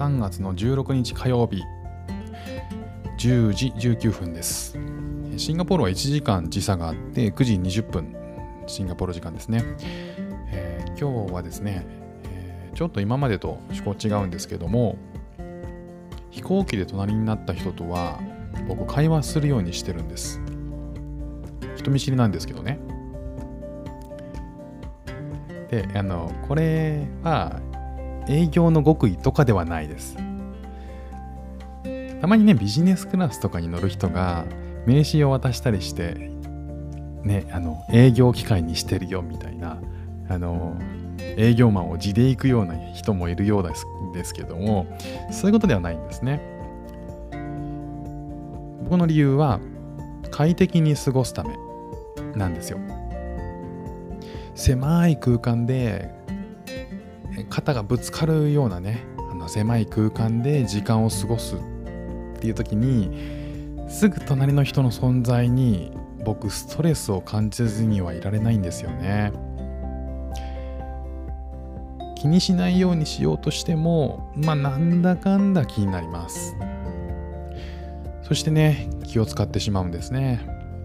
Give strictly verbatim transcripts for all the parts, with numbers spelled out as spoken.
さんがつのじゅうろくにち火曜日じゅうじじゅうきゅうふんです。シンガポールはいちじかん時差があってくじにじゅっぷんシンガポール時間ですね。えー、今日はですね、えー、ちょっと今までと趣向違うんですけども、飛行機で隣になった人とは僕会話するようにしてるんです。人見知りなんですけどね。で、あのこれは営業の極意とかではないです。たまにね、ビジネスクラスとかに乗る人が名刺を渡したりしてね、あの営業機会にしてるよみたいな、あの営業マンを地で行くような人もいるようですですけども、そういうことではないんですね。僕の理由は快適に過ごすためなんですよ。狭い空間で肩がぶつかるようなね、あの狭い空間で時間を過ごすっていう時に、すぐ隣の人の存在に僕ストレスを感じずにはいられないんですよね。気にしないようにしようとしても、まあなんだかんだ気になります。そしてね、気を使ってしまうんですね。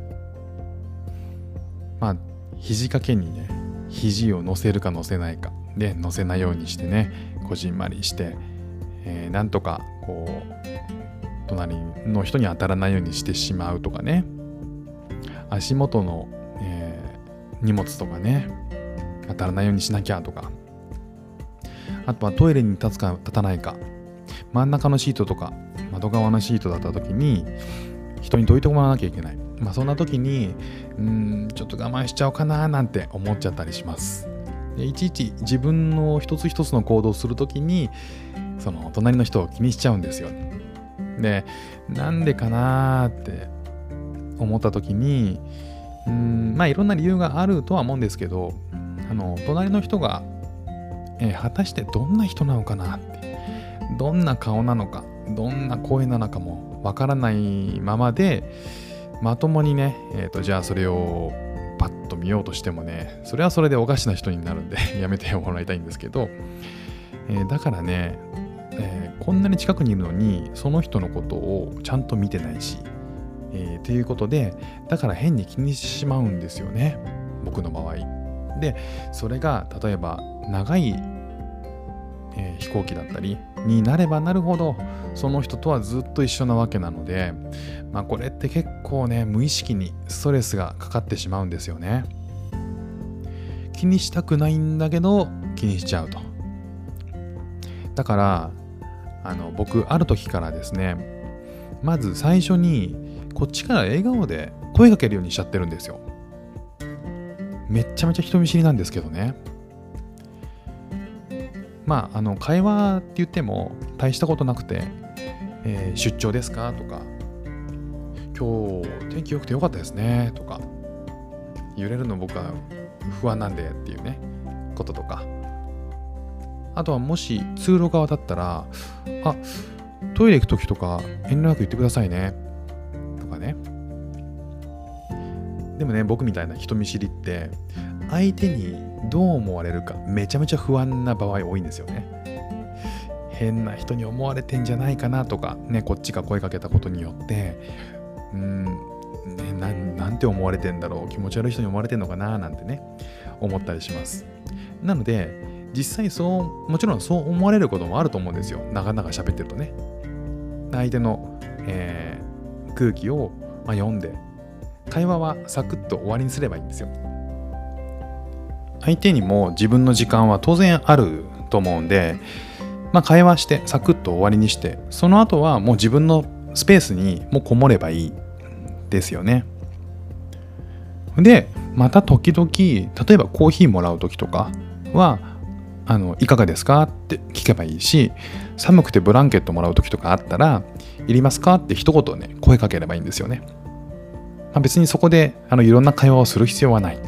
まあ肘掛けにね、肘を乗せるか乗せないかで、乗せないようにしてね、こじんまりして、えー、なんとかこう隣の人に当たらないようにしてしまうとかね、足元の、えー、荷物とかね、当たらないようにしなきゃとか、あとはトイレに立つか立たないか、真ん中のシートとか窓側のシートだった時に人にどいてもらわなきゃいけない。まあそんな時にうーんちょっと我慢しちゃおうかななんて思っちゃったりします。でいちいち自分の一つ一つの行動をする時にその隣の人を気にしちゃうんですよ。で、なんでかなーって思った時にうーんまあいろんな理由があるとは思うんですけど、あの隣の人が、えー、果たしてどんな人なのかなって、どんな顔なのか、どんな声なのかもわからないままでまともにね、えーと、じゃあそれをパッと見ようとしてもね、それはそれでおかしな人になるんでやめてもらいたいんですけど、えー、だからね、えー、こんなに近くにいるのにその人のことをちゃんと見てないし、えー、ということで、だから変に気にしてしまうんですよね、僕の場合で。それが例えば長い、えー、飛行機だったりになればなるほど、その人とはずっと一緒なわけなので、まあこれって結構ね、無意識にストレスがかかってしまうんですよね。気にしたくないんだけど気にしちゃうと。だからあの僕ある時からですね、まず最初にこっちから笑顔で声かけるようにしちゃってるんですよ。めっちゃめちゃ人見知りなんですけどね。まああの会話って言っても大したことなくて、えー、出張ですかとか、今日天気良くて良かったですねとか、揺れるの僕は不安なんでっていうねこととか、あとはもし通路側だったら、あ、トイレ行くときとか遠慮なく言ってくださいねとかね。でもね、僕みたいな人見知りって相手にどう思われるかめちゃめちゃ不安な場合多いんですよね。変な人に思われてんじゃないかなとかね、こっちが声かけたことによってうーん、ね、な, なんて思われてんだろう、気持ち悪い人に思われてんのかななんてね思ったりします。なので実際そうもちろんそう思われることもあると思うんですよ。長々喋ってるとね、相手の、えー、空気を、まあ、読んで会話はサクッと終わりにすればいいんですよ。相手にも自分の時間は当然あると思うんで、まあ、会話してサクッと終わりにして、その後はもう自分のスペースにもうこもればいいですよね。でまた時々例えばコーヒーもらう時とかはあのいかがですかって聞けばいいし、寒くてブランケットもらう時とかあったらいりますかって一言ね声かければいいんですよね。まあ、別にそこであのいろんな会話をする必要はない。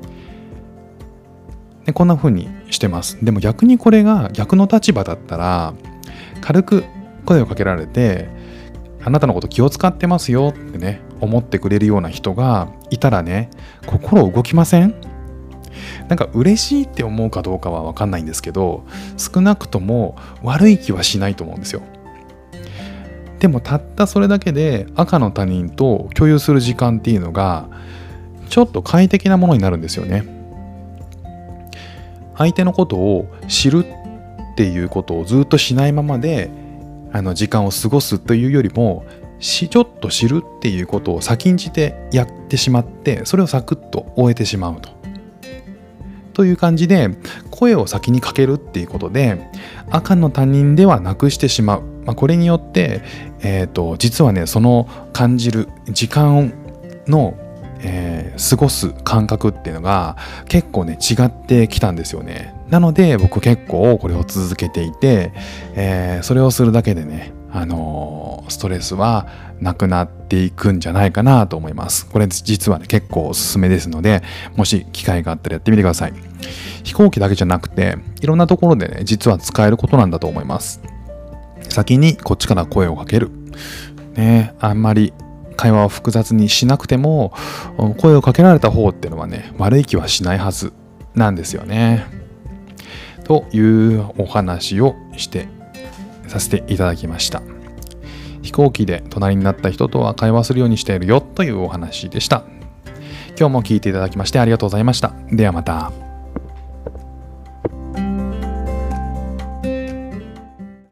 でこんな風にしてます。でも逆にこれが逆の立場だったら、軽く声をかけられて、あなたのこと気を使ってますよってね思ってくれるような人がいたらね、心動きません？ なんか嬉しいって思うかどうかは分かんないんですけど、少なくとも悪い気はしないと思うんですよ。でもたったそれだけで赤の他人と共有する時間っていうのがちょっと快適なものになるんですよね。相手のことを知るっていうことをずっとしないままであの時間を過ごすというよりも、しちょっと知るっていうことを先んじてやってしまって、それをサクッと終えてしまうとという感じで、声を先にかけるっていうことで赤の他人ではなくしてしまう。まあ、これによって、えーと、実はね、その感じる時間の、えー、過ごす感覚っていうのが結構ね違ってきたんですよね。なので僕結構これを続けていて、えー、それをするだけでね、あのー、ストレスはなくなっていくんじゃないかなと思います。これ実はね結構おすすめですので、もし機会があったらやってみてください。飛行機だけじゃなくていろんなところでね実は使えることなんだと思います。先にこっちから声をかける、ね、あんまり会話を複雑にしなくても声をかけられた方っていうのはね悪い気はしないはずなんですよね。というお話をしてさせていただきました。飛行機で隣になった人とは会話するようにしているよというお話でした。今日も聞いていただきましてありがとうございました。ではまた。